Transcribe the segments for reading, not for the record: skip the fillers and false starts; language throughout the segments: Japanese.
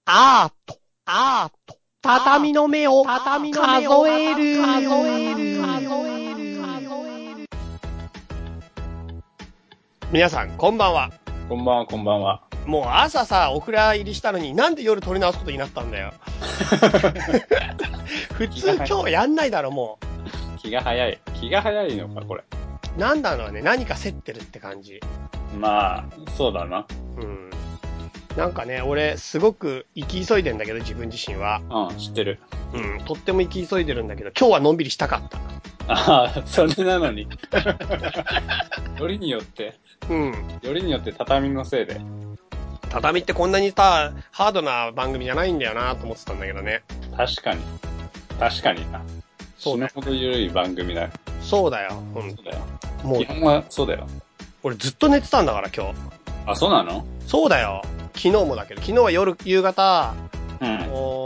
アート、畳の目を数える。皆さん、こんばんは。 こんばんは、こんばんは。 もう朝さ、お蔵入りしたのになんで夜撮り直すことになったんだよ。普通今日やんないだろ、もう。気が早いのか、これ。 なんだろうね、何か競ってるって感じ。 まあ、そうだな。 うん。なんかね、俺、すごく生き急いでんだけど、自分自身は。 うん、知ってる。 うん、とっても生き急いでるんだけど、今日はのんびりしたかった。 ああ、それなのに。よりによって。 うん。 よりによって畳のせいで。 畳ってこんなにさ、ハードな番組じゃないんだよなと思ってたんだけどね。 確かにな。死ぬほど緩い番組だよ。 そうだよ、ほんとだよ。 もう。基本はそうだよ。 俺ずっと寝てたんだから今日。 あ、そうなの？ そうだよ。昨日もだけど、昨日は夕方、 うん。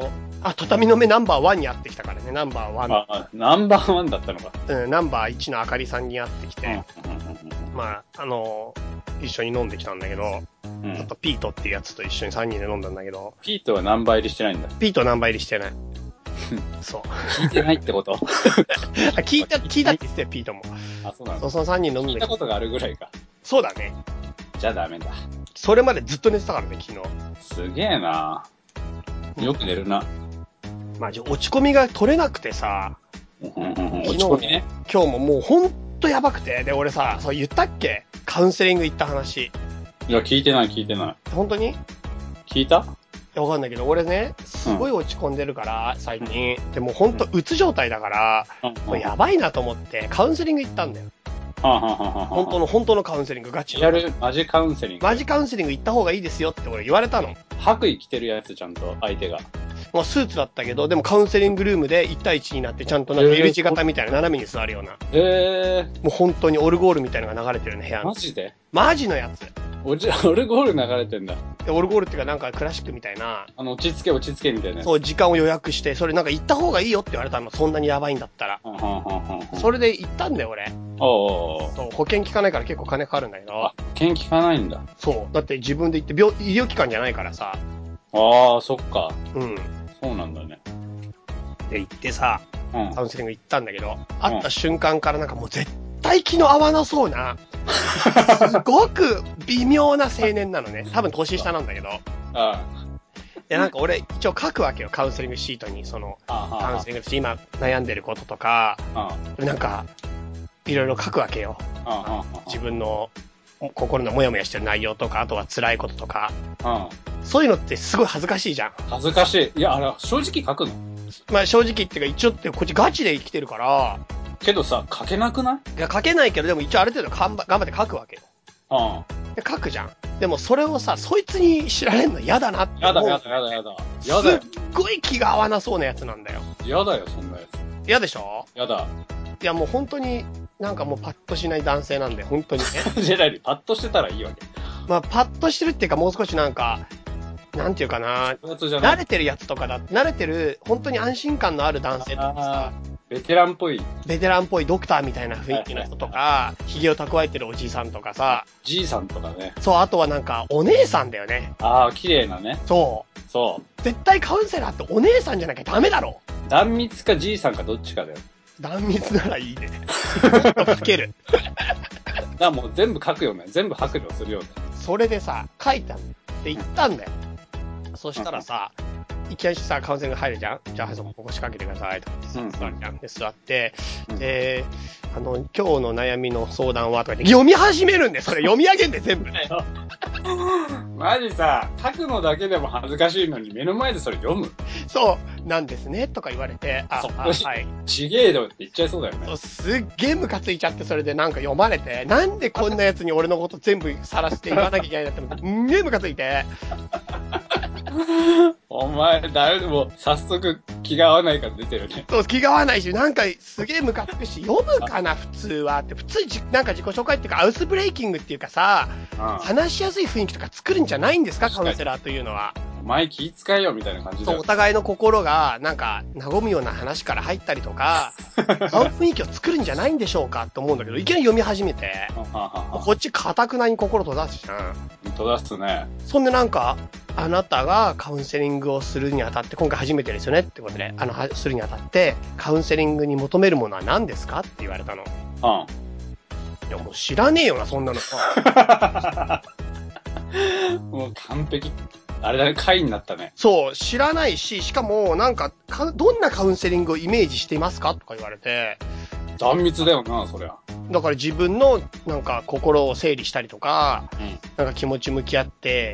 畳の目ナンバー1に会ってきたからね、ナンバー1。 あ、ナンバー1だったのか。 うん、ナンバー1のあかりさんに会ってきて、まあ、一緒に飲んできたんだけど、あとピートっていうやつと一緒に3人で飲んだんだけど。 ピートはナンバー入りしてないんだ。 ピートはナンバー入りしてない。そう。 聞いてないってこと聞いたって言ってたよ、ピートも。 あ、そうなの？ その3人飲んで聞いたことがあるぐらいか。 そうだね。 じゃあダメだ。 それまでずっと寝てたからね、昨日。 すげえな。よく寝るな。 まあ、落ち込みが取れなくてさ、 落ち込みね。 今日ももうほんとやばくて、で、俺さ、そう言ったっけ？カウンセリング行った話。 いや、聞いてない。 本当に？ 聞いた？ いや、わかんないけど、俺ね、すごい落ち込んでるから、最近。でもほんと、うつ状態だから、もうやばいなと思って、カウンセリング行ったんだよ。本当のカウンセリング、ガチの。 マジカウンセリング。 マジカウンセリング行った方がいいですよって俺言われたの。 白衣着てるやつ、ちゃんと、相手が。 まあ、スーツだったけど、でもカウンセリングルームで1対1になって、ちゃんとなんか L 字型みたいな斜めに座るような。もう本当にオルゴールみたいなのが流れてるね、部屋の。 マジで？ マジのやつ。 オルゴール流れてんだ。 オルゴールっていうかなんかクラシックみたいな。 落ち着けみたいな。 そう、時間を予約して、それなんか行った方がいいよって言われたの、そんなにやばいんだったら。それで行ったんだよ、俺。そう、保険効かないから結構金かかるんだけど。 保険効かないんだ。 そう。だって自分で行って医療機関じゃないからさ。 ああ、そっか。 うん。 そうなんだね。 で、行ってさ、カウンセリング行ったんだけど、会った瞬間からなんかもう絶対気の合わなそうな、すごく微妙な青年なのね。多分年下なんだけど。で、なんか俺一応書くわけよ、カウンセリングシートに、カウンセリングで今悩んでることとか、なんか、いろいろ書くわけよ。自分の心のモヤモヤしてる内容とか、あとは辛いこととか。そういうのってすごい恥ずかしいじゃん。 恥ずかしい。いや、あれ、正直書くの？ まあ正直言ってか、一応ってこっちガチで生きてるから。 けどさ、書けなくない？ いや、書けないけど、でも一応ある程度頑張って書くわけよ。で、書くじゃん。でもそれをさ、そいつに知られんの嫌だなって思う。やだ。すっごい気が合わなそうなやつなんだよ。 嫌だよ、そんなやつ。 嫌でしょ？ 嫌だ。 いや、もう本当に、なんかもうパッとしない男性なんで、本当にね。 ジェラリー、パッとしてたらいいわけ。 まあ、パッとしてるっていうか、もう少しなんか、なんていうかな、慣れてるやつとか慣れてる、本当に安心感のある男性とかさ、 ベテランっぽいドクターみたいな雰囲気の人とか、髭を蓄えてるおじいさんとかさ、 じいさんとかね。 そう、あとはなんか、お姉さんだよね。 ああ、綺麗なね。 そう。絶対カウンセラーってお姉さんじゃなきゃダメだろ。 断蜜かじいさんかどっちかだよ。 断蜜ならいいね。もっと吹ける。 だからもう全部書くよね。全部白状するよね。 それでさ、書いたんだよ。で、言ったんだよ。そしたらさ、いきなりさ、カウンセリング入るじゃん？じゃあ、ここ仕掛けてください。とかってさ、座るじゃん。で、座って、で、今日の悩みの相談はとか言って、読み始めるんだよ。それ読み上げんで全部。 マジさ、書くのだけでも恥ずかしいのに目の前でそれ読む？ そうなんですねとか言われて、 はい。ちげえどって言っちゃいそうだよね。 すっげえムカついちゃって、それでなんか読まれて、なんでこんなやつに俺のこと全部晒して言わなきゃいけないんだって思って、すんげえムカついて。 お前、誰でも早速気が合わないから出てるね。 そう、気が合わないし、なんかすげえムカつくし、読むかな普通はって、普通なんか自己紹介っていうか、アウスブレイキングっていうかさ、話しやすい雰囲気とか作るんじゃないんですか、カウンセラーというのは。 前気遣いよみたいな感じだそう、 よ。 お互いの心が、なんか、和むような話から入ったりとか、雰囲気を作るんじゃないんでしょうかって思うんだけど、いきなり読み始めて、こっち堅くなに心閉ざすじゃん。 閉ざすね。 そんでなんか、あなたがカウンセリングをするにあたって、今回初めてですよねってことで、するにあたって、カウンセリングに求めるものは何ですかって言われたの。いや、もう知らねえよな、そんなの。 もう完璧。あれだね、会になったね。 そう、知らないし、しかも、なんか、どんなカウンセリングをイメージしていますかとか言われて。 断密だよな、そりゃ。 だから自分の、なんか、心を整理したりとか、なんか気持ち向き合って、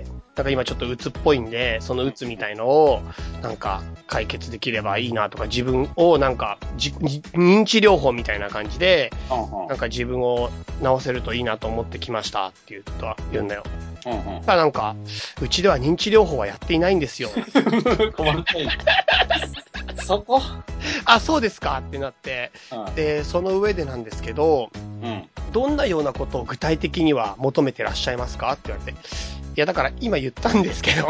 なんか今ちょっと鬱っぽいんで、その鬱みたいのを、なんか解決できればいいなとか、自分をなんか、認知療法みたいな感じで、なんか自分を治せるといいなと思ってきましたって言うんだよ。だからなんか、うちでは認知療法はやっていないんですよ。 細かい。そこあ、そうですかってなって、で、その上でなんですけど、どんなようなことを具体的には求めてらっしゃいますかって言われて、いや、だから今言ったんですけど、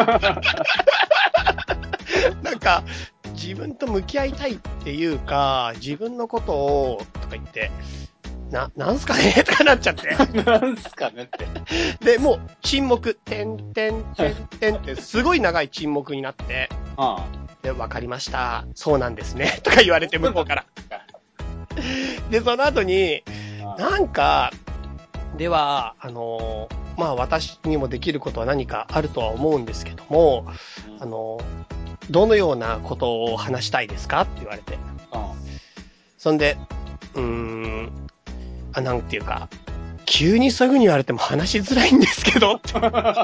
なんか、自分と向き合いたいっていうか、自分のことを、とか言って、なんすかねとかなっちゃって。 なんすかねって。 で、もう、沈黙、てんてんてんてんって、すごい長い沈黙になって、で、わかりました。そうなんですね。とか言われて、向こうから。で、その後に、なんか、では、まあ、私にもできることは何かあるとは思うんですけども、どのようなことを話したいですかって言われて。そんで、なんていうか、急にそういう風に言われても話しづらいんですけどって。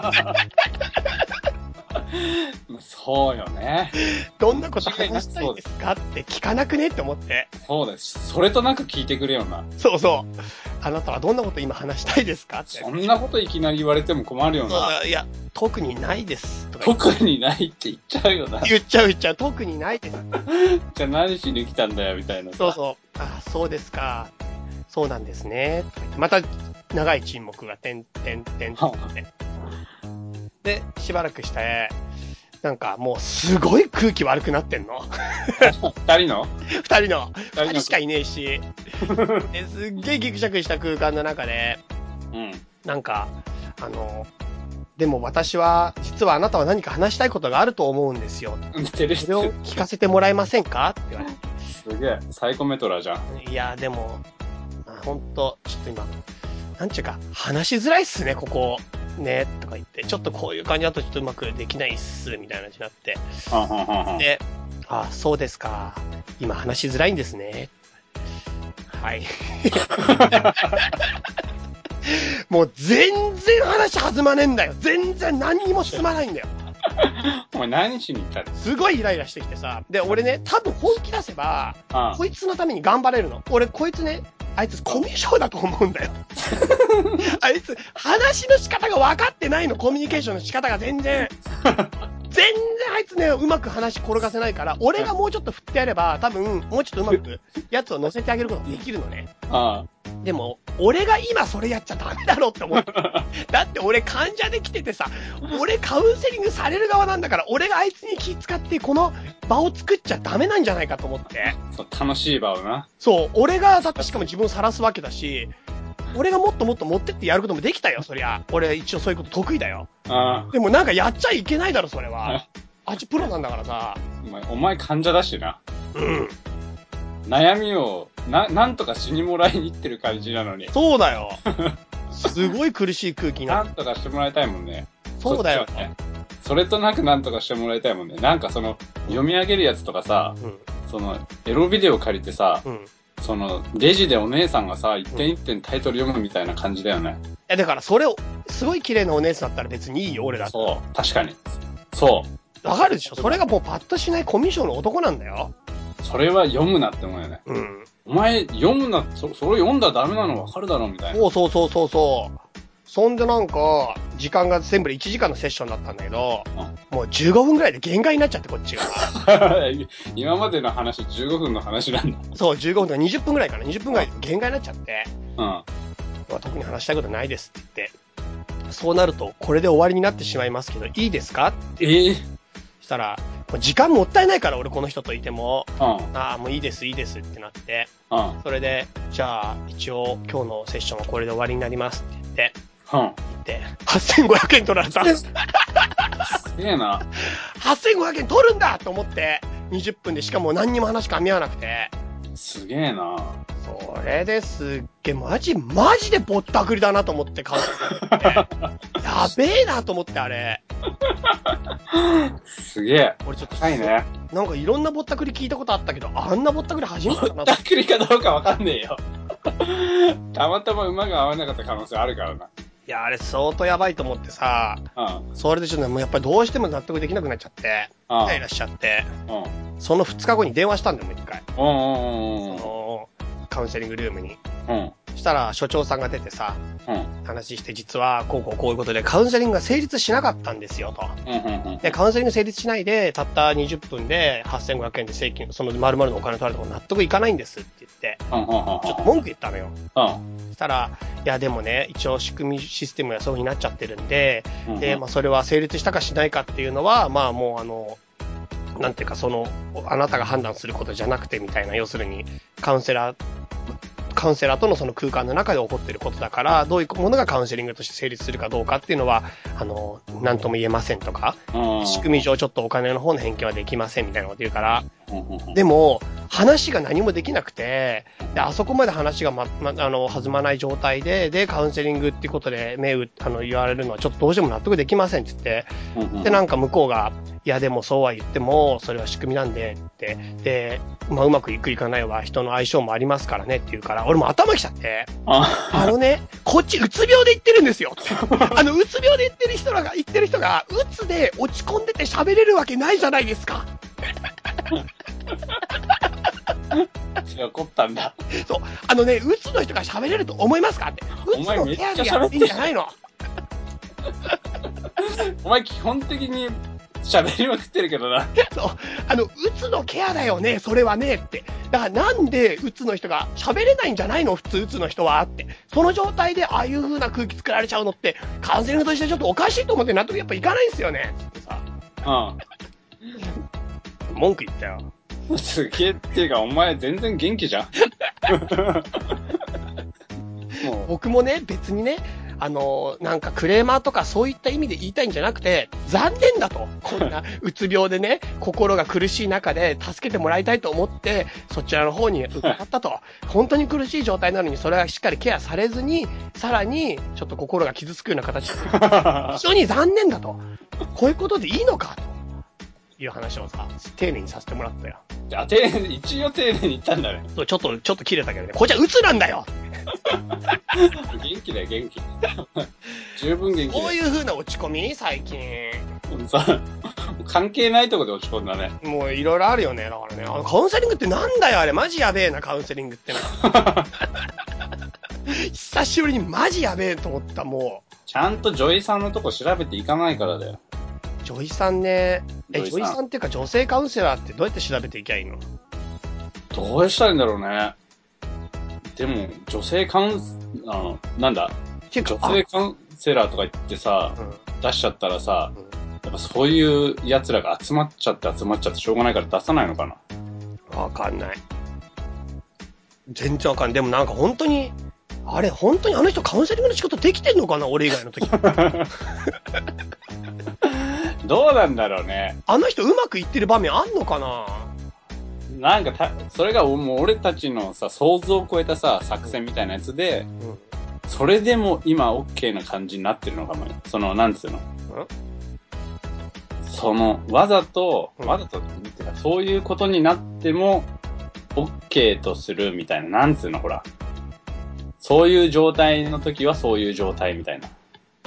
そうよね。 どんなこと話したいですかって聞かなくねって思って。 そうです。それとなく聞いてくれよな。 そうそう。あなたはどんなこと今話したいですかって。 そんなこといきなり言われても困るよな。 いや、特にないですとか。 特にないって言っちゃうよな。 言っちゃう。特にないです。 じゃあ何しに来たんだよみたいな。 そうそう。あ、そうですか。そうなんですね。また長い沈黙がてんてんてんって。で、しばらくして、なんかもうすごい空気悪くなってんの。 二人しかいねえし。すっげえギクシャクした空間の中で、なんか、でも私は、実はあなたは何か話したいことがあると思うんですよ。それを聞かせてもらえませんかって言われて。 すげえ、サイコメトラじゃん。 いや、でも、ほんと、ちょっと今、なんちゅうか、話しづらいっすね、ここ。ね、とか言って、ちょっとこういう感じだとちょっとうまくできないっす、みたいな話になって。で、あ、そうですか。今話しづらいんですね。はい。もう全然話弾まねえんだよ。全然何にも進まないんだよ。 お前何しに行ったの？ すごいイライラしてきてさ。で、俺ね、多分本気出せば、こいつのために頑張れるの。俺、こいつね、あいつコミュ障だと思うんだよ。あいつ、話の仕方が分かってないの、コミュニケーションの仕方が全然。全然あいつね、うまく話転がせないから、俺がもうちょっと振ってやれば、多分、もうちょっとうまく、やつを乗せてあげることができるのね。でも、俺が今それやっちゃダメだろって思って。だって俺患者で来ててさ、俺カウンセリングされる側なんだから、俺があいつに気遣ってこの場を作っちゃダメなんじゃないかと思って。 そう、楽しい場をな。 そう、俺がだってしかも自分を晒すわけだし、俺がもっともっと持ってってやることもできたよ、そりゃ。俺一応そういうこと得意だよ。でもなんかやっちゃいけないだろ、それは。あっちプロなんだからさ。 お前患者だしな。 うん。 悩みを、なんとかしにもらいに行ってる感じなのに。 そうだよ。すごい苦しい空気になって。 なんとかしてもらいたいもんね。 そうだよね。 それとなくなんとかしてもらいたいもんね。なんかその、読み上げるやつとかさ、その、エロビデオ借りてさ、その、レジでお姉さんがさ、一点一点タイトル読むみたいな感じだよね。 だからそれを、すごい綺麗なお姉さんだったら別にいいよ、俺だって。 そう、確かに。そう。 わかるでしょ？それがもうパッとしないコミュ障の男なんだよ。 それは読むなって思うよね。お前、読むな、それ読んだらダメなの分かるだろ、みたいな。 そう。そんでなんか、時間が全部で1時間のセッションだったんだけど、もう15分くらいで限界になっちゃって、こっちが。 今までの話、15分の話なんだ。 そう、15分とか20分くらいかな。20分くらいで限界になっちゃって。特に話したいことないですって言って。 そうなると、これで終わりになってしまいますけど、いいですかって。したら、時間もったいないから俺この人といても、ああ、もういいですってなって、それで、じゃあ、一応今日のセッションはこれで終わりになりますって言って、8500円取られた。すげえな。 8500円取るんだと思って、20分でしかも何にも話噛み合わなくて。 すげえな。 それですっげえ、マジでぼったくりだなと思って買うって。やべえなと思ってあれ。 すげえ。 俺ちょっと高いね。 なんかいろんなぼったくり聞いたことあったけど、あんなぼったくり初めてだな。 ぼったくりかどうかわかんねえよ。たまたま馬が合わなかった可能性あるからな。 いや、あれ相当やばいと思ってさ、それでちょっとね、もうやっぱりどうしても納得できなくなっちゃって、イライラしちゃって、その2日後に電話したんだよ、もう一回。その、カウンセリングルームに。したら、所長さんが出てさ、話して、実は、こういうことで、カウンセリングが成立しなかったんですよ、と。で、カウンセリング成立しないで、たった20分で8500円で請求、その丸々のお金取られても納得いかないんですって言って、ちょっと文句言ったのよ。したら、いや、でもね、一応仕組みシステムがそういう風になっちゃってるんで、で、まあ、それは成立したかしないかっていうのは、まあ、もうなんていうか、あなたが判断することじゃなくてみたいな、要するに、カウンセラーとのその空間の中で起こっていることだから、どういうものがカウンセリングとして成立するかどうかっていうのは、なんとも言えませんとか、仕組み上ちょっとお金の方の返金はできませんみたいなこと言うから、でも、話が何もできなくて、で、あそこまで話が弾まない状態で、カウンセリングっていうことで言われるのはちょっとどうしても納得できませんって言って、で、なんか向こうが、いやでもそうは言っても、それは仕組みなんで、って、で、まあうまくいくいかないは人の相性もありますからねって言うから、俺も頭きちゃって、こっちうつ病で言ってるんですよって。うつ病で言ってる人が、うつで落ち込んでて喋れるわけないじゃないですか。 怒ったんだ。 そう。うつの人が喋れると思いますかって。うつのケアでやってんじゃないの。 お前基本的に喋りまくってるけどな。 そう。うつのケアだよね、それはね、って。だからなんでうつの人が喋れないんじゃないの普通うつの人はって。その状態でああいう風な空気作られちゃうのって、カウンセリングとしてちょっとおかしいと思って納得やっぱいかないんですよね。ってさ。文句言ったよ。 すげえっていうか、お前全然元気じゃん。 僕もね、別にね、なんかクレーマーとかそういった意味で言いたいんじゃなくて、残念だと。こんなうつ病でね、心が苦しい中で助けてもらいたいと思って、そちらの方に伺ったと。本当に苦しい状態なのに、それはしっかりケアされずに、さらに、ちょっと心が傷つくような形で、非常に残念だと。こういうことでいいのかと。いう話をさ、丁寧にさせてもらったよ。 一応丁寧に言ったんだね。 そう、ちょっと切れたけどね。こっちは鬱なんだよ元気だよ、元気。十分元気だよ。 こういう風な落ち込み最近。 関係ないとこで落ち込んだね。 もういろいろあるよね。だからね。カウンセリングってなんだよ、あれ。マジやべえな、カウンセリングっての。久しぶりにマジやべえと思った、もう。 ちゃんと女医さんのとこ調べていかないからだよ。 女医さんね。女医さんっていうか女性カウンセラーってどうやって調べていきゃいいの？ どうしたらいいんだろうね。でも、女性なんだ。女性カウンセラーとか言ってさ、出しちゃったらさ、やっぱそういう奴らが集まっちゃってしょうがないから出さないのかな。 わかんない。全然わかんない。でもなんか本当に、本当にあの人カウンセリングの仕事できてんのかな俺以外の時。 どうなんだろうね。 あの人うまくいってる場面あんのかな。 なんかそれがもう俺たちのさ、想像を超えたさ、作戦みたいなやつで、それでも今 OK な感じになってるのかもよ。なんつうの。わざと、ってか、そういうことになっても、OK とするみたいな、なんつうの、ほら。そういう状態の時はそういう状態みたいな。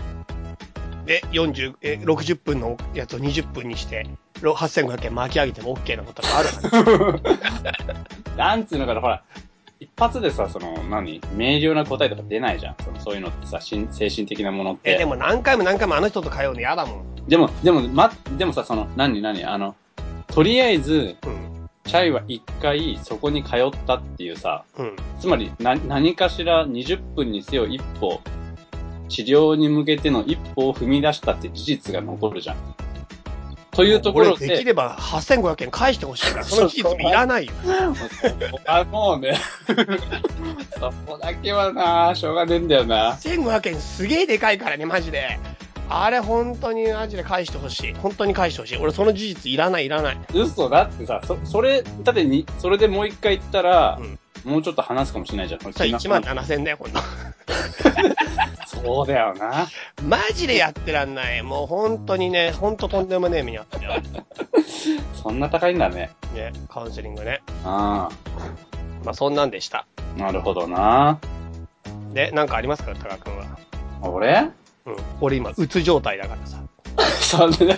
60分のやつを20分にして、8500円巻き上げても OK なことがあるなんつうのかな、ほら、一発でさ、明瞭な答えとか出ないじゃん。そういうのってさ、精神的なものって。 でも何回もあの人と通うの嫌だもん。 でもさ、とりあえず、チャイは一回そこに通ったっていうさ、つまり何かしら20分にせよ一歩治療に向けての一歩を踏み出したって事実が残るじゃん。というところで。 できれば8500円返してほしいから、その事実いらないよ。 もうね、そこだけはな、しょうがねえんだよな。 1500円すげえでかいからね、マジで。あれ本当にマジで返してほしい。本当に返してほしい。俺その事実いらない。 嘘だってさ、それ、だってそれでもう一回言ったら、もうちょっと話すかもしれないじゃん。 それ1万7000円だよ、今度。 そうだよな。 マジでやってらんない。もう本当にね、本当とんでもねえ目にあったよ。 そんな高いんだね。 ね、カウンセリングね。 ああ。 まあそんなんでした。 なるほどな。 で、なんかありますか、高君は。 俺？ 俺今、うつ状態だからさ。 何それ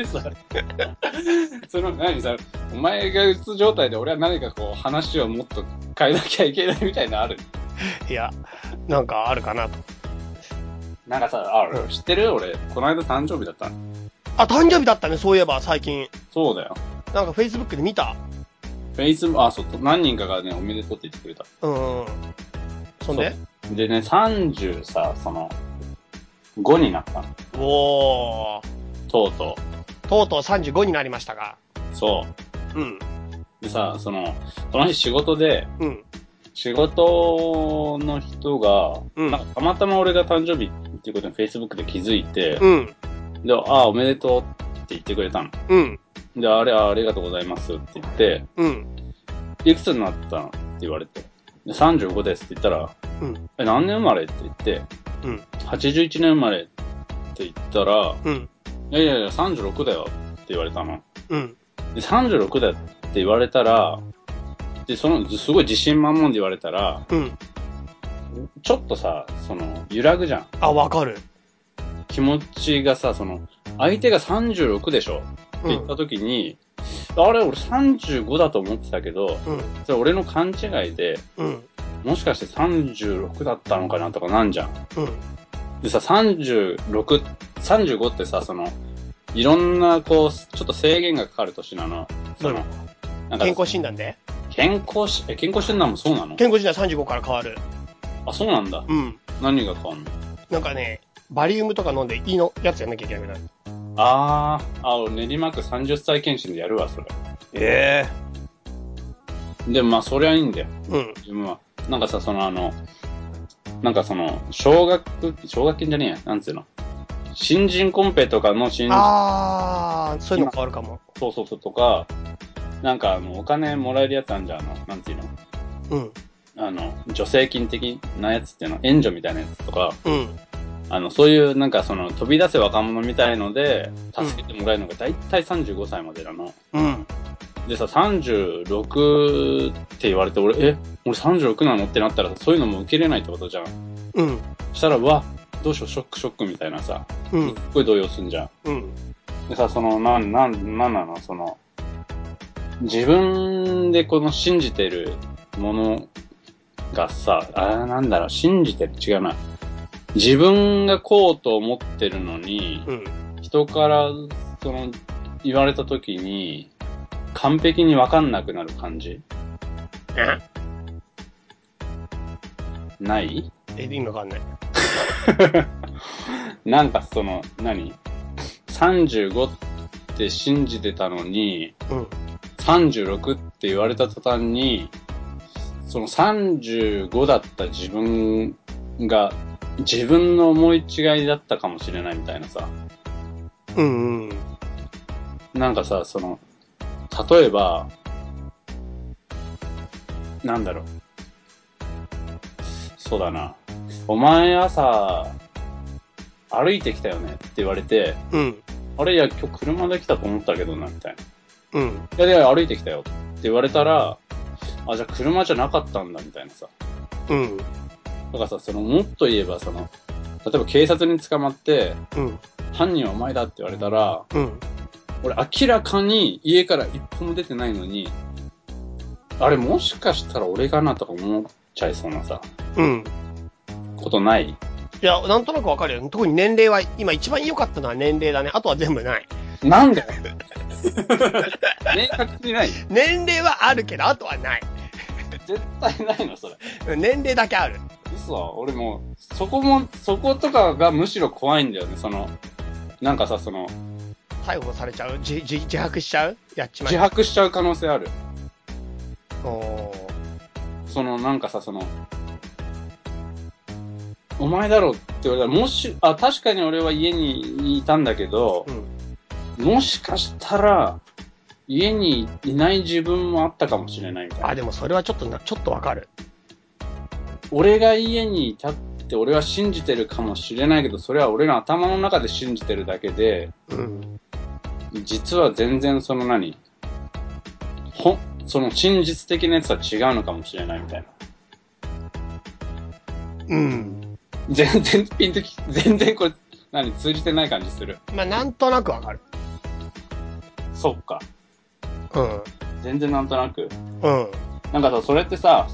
何さ、お前がうつ状態で俺は何かこう話をもっと変えなきゃいけないみたいなのある？ いや、なんかあるかなと。 なんかさ、知ってる？俺、この間誕生日だったの。 あ、誕生日だったね、そういえば最近。 そうだよ。 なんか Facebook で見た？ Facebook、そう、何人かがね、おめでとうって言ってくれた。 そんで？ でね、30さ、5になったの。 おー。 とうとう35になりましたが。 そう。でさ、その日仕事で、仕事の人が、なんかたまたま俺が誕生日っていうことに Facebook で気づいて、で、おめでとうって言ってくれたの。で、ありがとうございますって言って、いくつになったのって言われて、で35ですって言ったら、何年生まれって言って、81年生まれって言ったら、いや36だよって言われたの。で、36だよって言われたら、で、すごい自信満々で言われたら、ちょっとさ、揺らぐじゃん。 あ、わかる。 気持ちがさ、相手が36でしょって言った時に、あれ、俺35だと思ってたけど、それ俺の勘違いで、もしかして36だったのかなとかなんじゃん。でさ、35ってさ、いろんな、こう、ちょっと制限がかかる年なの。 なんか健康診断で？ 健康診断もそうなの？ 健康診断35から変わる。 あ、そうなんだ。何が変わるの？ なんかね、バリウムとか飲んでいいのやつやんなきゃいけない。 練馬区30歳検診でやるわ、それ。でもまあ、そりゃいいんだよ。自分は。なんかさ、なんか奨学金じゃねえや。なんつうの。新人コンペとかのそういうの変わるかも。 そうとか、なんかお金もらえるやつあんじゃん、なんていうの？助成金的なやつっていうの、援助みたいなやつとか、そういうなんか飛び出せ若者みたいので、助けてもらえるのがだいたい35歳までなの。でさ、36って言われて、俺36なのってなったら、そういうのも受けれないってことじゃん。そしたら、どうしよう、ショックみたいなさ、すっごい動揺すんじゃん。でさ、なんなの、自分で信じてるものがさ、なんだろう、信じてる、違うな。自分がこうと思ってるのに、人から言われた時に、完璧に分かんなくなる感じ？ない？ 意味わかんない。 なんか35って信じてたのに、36って言われた途端に、35だった自分が自分の思い違いだったかもしれないみたいなさ。なんかさ、例えば、なんだろう。そうだな。お前朝、歩いてきたよねって言われて、あれ、いや、今日車で来たと思ったけどな、みたいな。いや、歩いてきたよって言われたら、じゃあ車じゃなかったんだ、みたいなさ。だからさ、もっと言えば、例えば警察に捕まって、犯人はお前だって言われたら、俺明らかに家から一歩も出てないのに、あれもしかしたら俺かなとか思っちゃいそうなさ。ことない？ いや、なんとなくわかるよ。特に年齢は、今一番良かったのは年齢だね。あとは全部ない。 なんで？明確にない？ 年齢はあるけど、あとはない。 絶対ないのそれ。 年齢だけある。 嘘は俺も、そことかがむしろ怖いんだよね、なんかさ、 逮捕されちゃう自白しちゃうやっちまう。 自白しちゃう可能性ある。なんかさ、お前だろって言われたら、確かに俺は家にいたんだけど、もしかしたら、家にいない自分もあったかもしれないみたいな。 でもそれはちょっとわかる。 俺が家にいたって俺は信じてるかもしれないけど、それは俺の頭の中で信じてるだけで、実は全然真実的なやつは違うのかもしれないみたいな。全然これ、通じてない感じする。 なんとなくわかる。 そっか。全然なんとなく。なんかさ、それってさ、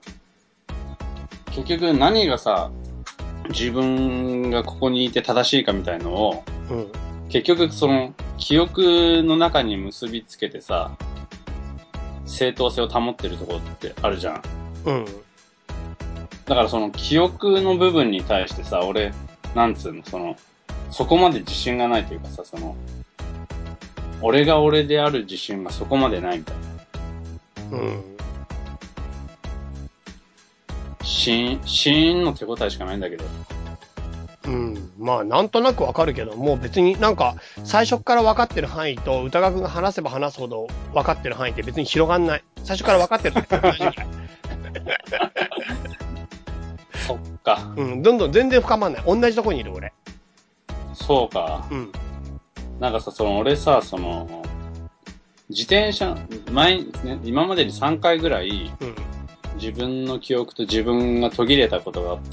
結局何がさ、自分がここにいて正しいかみたいのを、結局記憶の中に結びつけてさ、正当性を保ってるところってあるじゃん。だから記憶の部分に対してさ、俺、なんつうの、そこまで自信がないというかさ、俺が俺である自信がそこまでないみたいな。シーンの手応えしかないんだけど。 なんとなくわかるけど、もう別になんか、最初から分かってる範囲と、歌川くんが話せば話すほど分かってる範囲って別に広がんない。最初から分かってるって同じぐらい。 そっか。 どんどん全然深まんない。同じとこにいる俺。 そうか。なんかさ、俺さ、自転車、今までに3回ぐらい、自分の記憶と自分が途切れたことがあって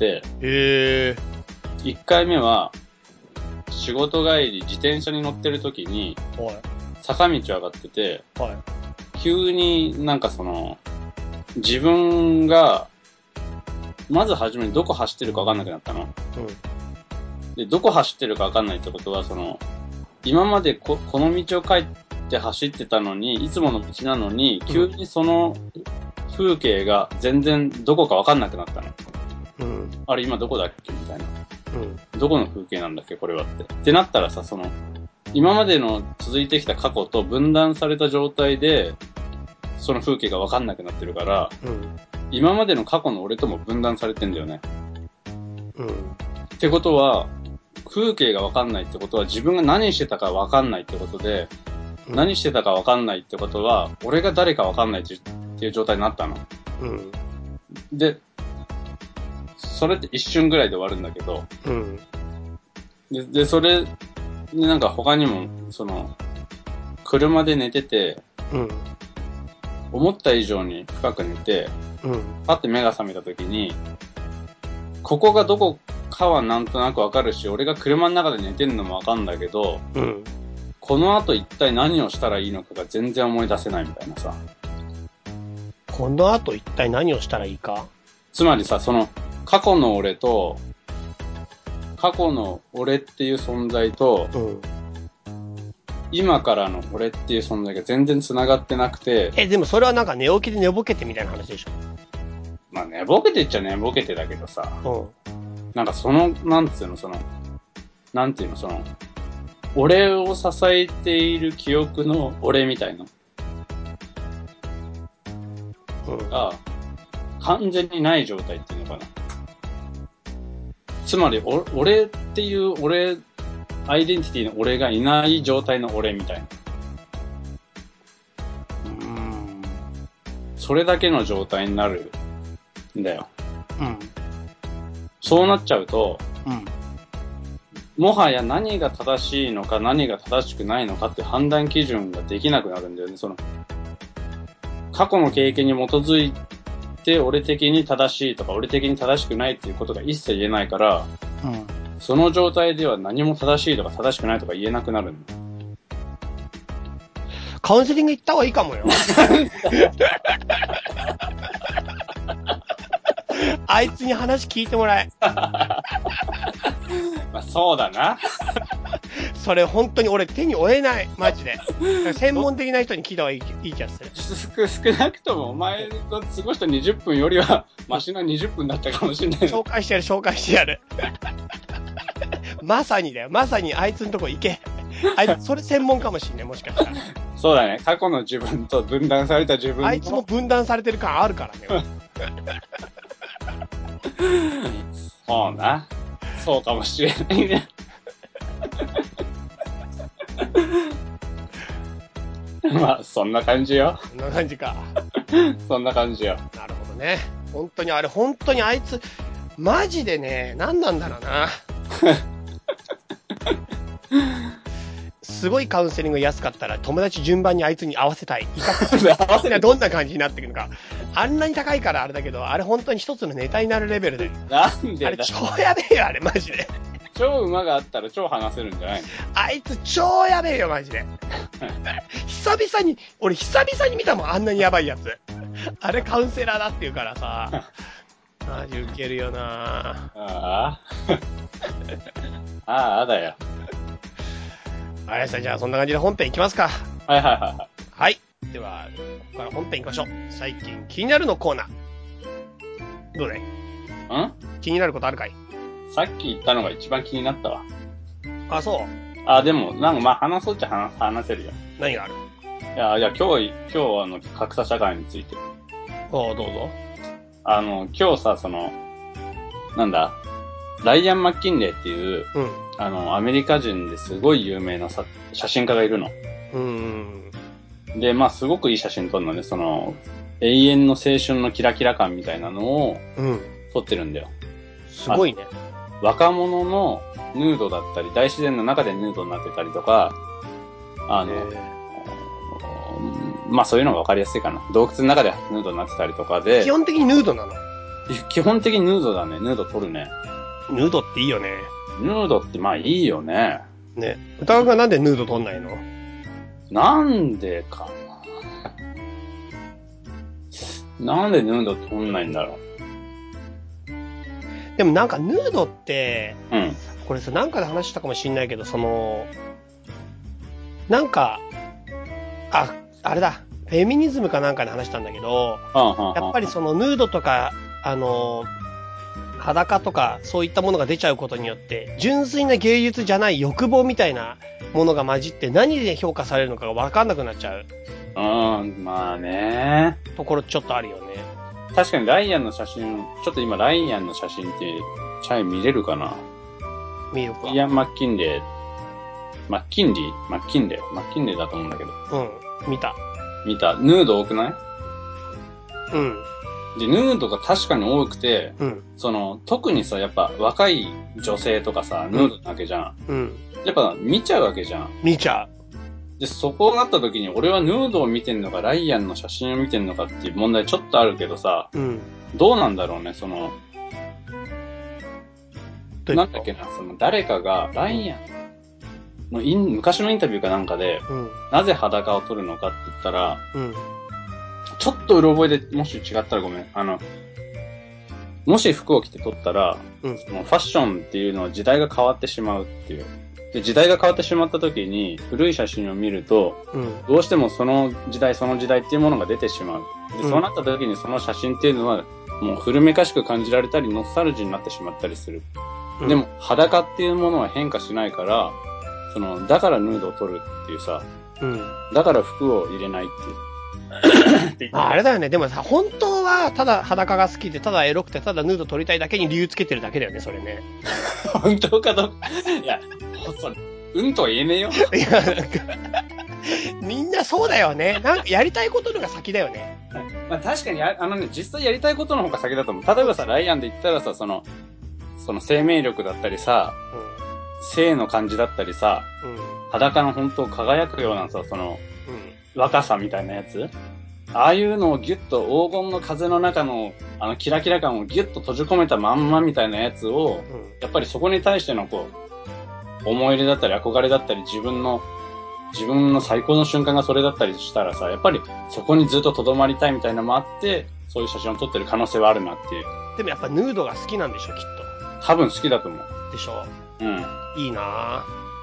、1回目は、仕事帰り自転車に乗ってる時に、坂道上がってて、急になんか自分が、まず初めにどこ走ってるか分かんなくなったの。で、どこ走ってるか分かんないってことは、今までこの道を帰って走ってたのに、いつもの道なのに、急にその風景が全然どこか分かんなくなったの。あれ今どこだっけみたいな。どこの風景なんだっけこれはって。ってなったらさ、今までの続いてきた過去と分断された状態で、その風景が分かんなくなってるから、今までの過去の俺とも分断されてんだよね。ってことは、風景が分かんないってことは自分が何してたか分かんないってことで、何してたか分かんないってことは、俺が誰か分かんないっていう状態になったの。で、それって一瞬ぐらいで終わるんだけど、で、それ、なんか他にも、車で寝てて、思った以上に深く寝て、パッて目が覚めた時に、ここがどこかはなんとなくわかるし、俺が車の中で寝てるのもわかんだけど、この後一体何をしたらいいのかが全然思い出せないみたいなさ。 この後一体何をしたらいいか？ つまりさ、過去の俺と、過去の俺っていう存在と、今からの俺っていう存在が全然繋がってなくて。 でもそれはなんか寝起きで寝ぼけてみたいな話でしょ？ 寝ぼけてっちゃ寝ぼけてだけどさ。なんかなんつうの、なんていうの、俺を支えている記憶の俺みたいな。が、完全にない状態っていうのかな。つまり、俺っていうアイデンティティの俺がいない状態の俺みたいな。それだけの状態になるんだよ。そうなっちゃうと、もはや何が正しいのか何が正しくないのかって判断基準ができなくなるんだよね。過去の経験に基づいて俺的に正しいとか俺的に正しくないっていうことが一切言えないから、その状態では何も正しいとか正しくないとか言えなくなるんだ。 カウンセリング行った方がいいかもよ。あいつに話聞いてもらえ。 そうだな。 それ本当に俺手に負えない。マジで。専門的な人に聞いた方がいい気がする。 少なくともお前と過ごした20分よりは、マシな20分だったかもしれない。 紹介してやる。まさにだよ。まさにあいつのとこ行け。あいつ、それ専門かもしんね、もしかしたら。 そうだね。過去の自分と分断された自分あいつも分断されてる感あるからね。 そうな。そうかもしれないね。まあ、そんな感じよ。 そんな感じか。 そんな感じよ。 なるほどね。本当にあいつ、マジでね、何なんだろうな。すごいカウンセリング安かったら友達順番にあいつに合わせたい。合わせたらどんな感じになってくるのか。あんなに高いからあれだけど、あれ本当に一つのネタになるレベルで。 なんでだ。 あれ超やべえよ、あれマジで。 超馬があったら超話せるんじゃないの？ あいつ超やべえよ、マジで。久々に見たもん、あんなにやばいやつ。あれカウンセラーだって言うからさ。マジウケるよな。 ああ。ああ、だよ。 はい、じゃあそんな感じで本編いきますか。 はいはいはい。 はい。では、ここから本編いきましょう。最近気になるのコーナー。どうだい？気になることあるかい？ さっき言ったのが一番気になったわ。 あ、そう。 あ、でも、なんかまあ話そうっちゃ話せるよ。 何がある？ いや、今日格差社会について。 どうぞ。 今日さ、なんだ、ライアン・マッキンレーっていう、アメリカ人ですごい有名な写真家がいるの。で、まあ、すごくいい写真撮るのね、永遠の青春のキラキラ感みたいなのを、撮ってるんだよ。 すごいね。 若者のヌードだったり、大自然の中でヌードになってたりとか、まあそういうのが分かりやすいかな。洞窟の中でヌードになってたりとかで。 基本的にヌードなの？ 基本的にヌードだね。ヌード撮るね。 ヌードっていいよね。 ヌードってまあいいよね。 ね。歌川くんはなんでヌード撮んないの？ なんでかな。なんでヌード撮んないんだろう。 でもなんかヌードって、これさ、なんかで話したかもしんないけど、なんか、あれだ、フェミニズムかなんかで話したんだけど、やっぱりヌードとか、裸とかそういったものが出ちゃうことによって、純粋な芸術じゃない欲望みたいなものが混じって何で評価されるのかが分かんなくなっちゃう。 まあね。 ところちょっとあるよね。 確かにライアンの写真、ちょっと今ライアンの写真ってチャイ見れるかな？ 見るか。 ライアン・マッキンレーだと思うんだけど。 見た。 ヌード多くない？で、ヌードが確かに多くて、特にさ、やっぱ若い女性とかさ、ヌードなわけじゃん。やっぱ見ちゃうわけじゃん。 見ちゃう。 で、そこになった時に、俺はヌードを見てんのか、ライアンの写真を見てんのかっていう問題ちょっとあるけどさ、どうなんだろうね、なんだっけな、誰かが、ライアンの昔のインタビューかなんかで、なぜ裸を撮るのかって言ったら、ちょっとうろ覚えでもし違ったらごめん。もし服を着て撮ったら、ファッションっていうのは時代が変わってしまうっていう。で、時代が変わってしまった時に、古い写真を見ると、どうしてもその時代っていうものが出てしまう。で、そうなった時にその写真っていうのは、もう古めかしく感じられたり、ノスタルジーになってしまったりする。でも、裸っていうものは変化しないから、だからヌードを撮るっていうさ、だから服を入れないっていう。 あれだよね。でもさ、本当は、ただ裸が好きで、ただエロくて、ただヌード撮りたいだけに理由つけてるだけだよね、それね。 本当かどうか。いや、とは言えねえよ。 いや、なんか、みんなそうだよね。なんか、やりたいことのが先だよね。 まあ確かに、実際やりたいことの方が先だと思う。例えばさ、ライアンで言ったらさ、生命力だったりさ、性の感じだったりさ、裸の本当輝くようなさ、若さみたいなやつ、ああいうのをギュッと黄金の風の中のキラキラ感をギュッと閉じ込めたまんまみたいなやつを、やっぱりそこに対しての思い入れだったり憧れだったり自分の最高の瞬間がそれだったりしたらさ、やっぱりそこにずっと留まりたいみたいなのもあって、そういう写真を撮ってる可能性はあるなっていう。 でもやっぱヌードが好きなんでしょ、きっと。 多分好きだと思う。 でしょ。いいなぁ。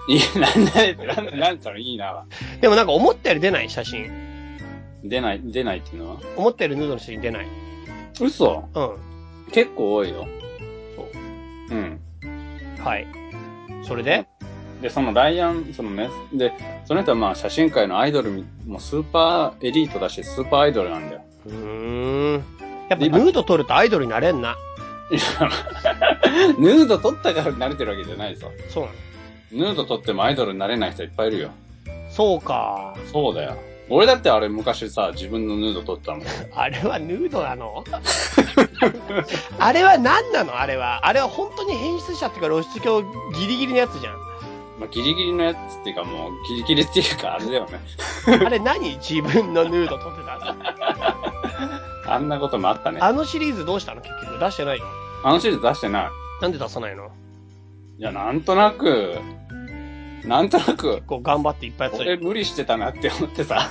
いや、なんそれいいな。 でもなんか思ったより出ない写真。 出ないっていうのは思ったよりヌードの写真出ない。 嘘？ うん。 結構多いよ。 そう。 うん。 はい。それでそのライアン、そので、その人はまあ写真界のアイドル、もうスーパーエリートだし、スーパーアイドルなんだよ。 やっぱヌード撮るとアイドルになれんな。 いや、ヌード撮ったから慣れてるわけじゃないぞ。 そうなの？ ヌード撮ってもアイドルになれない人いっぱいいるよ。 そうか。 そうだよ。俺だってあれ昔さ、自分のヌード撮ったもん。 あれはヌードなの？あれは何なの？あれは本当に変質者っていうか露出鏡ギリギリのやつじゃん。 まあ、ギリギリのやつっていうかもう、ギリギリっていうかあれだよね。 あれ何？自分のヌード撮ってたの？ あんなこともあったね。 あのシリーズどうしたの？結局出してないの？ あのシリーズ出してない。 なんで出さないの？ いや、なんとなく、 こう頑張っていっぱいやってたよ。 俺無理してたなって思ってさ。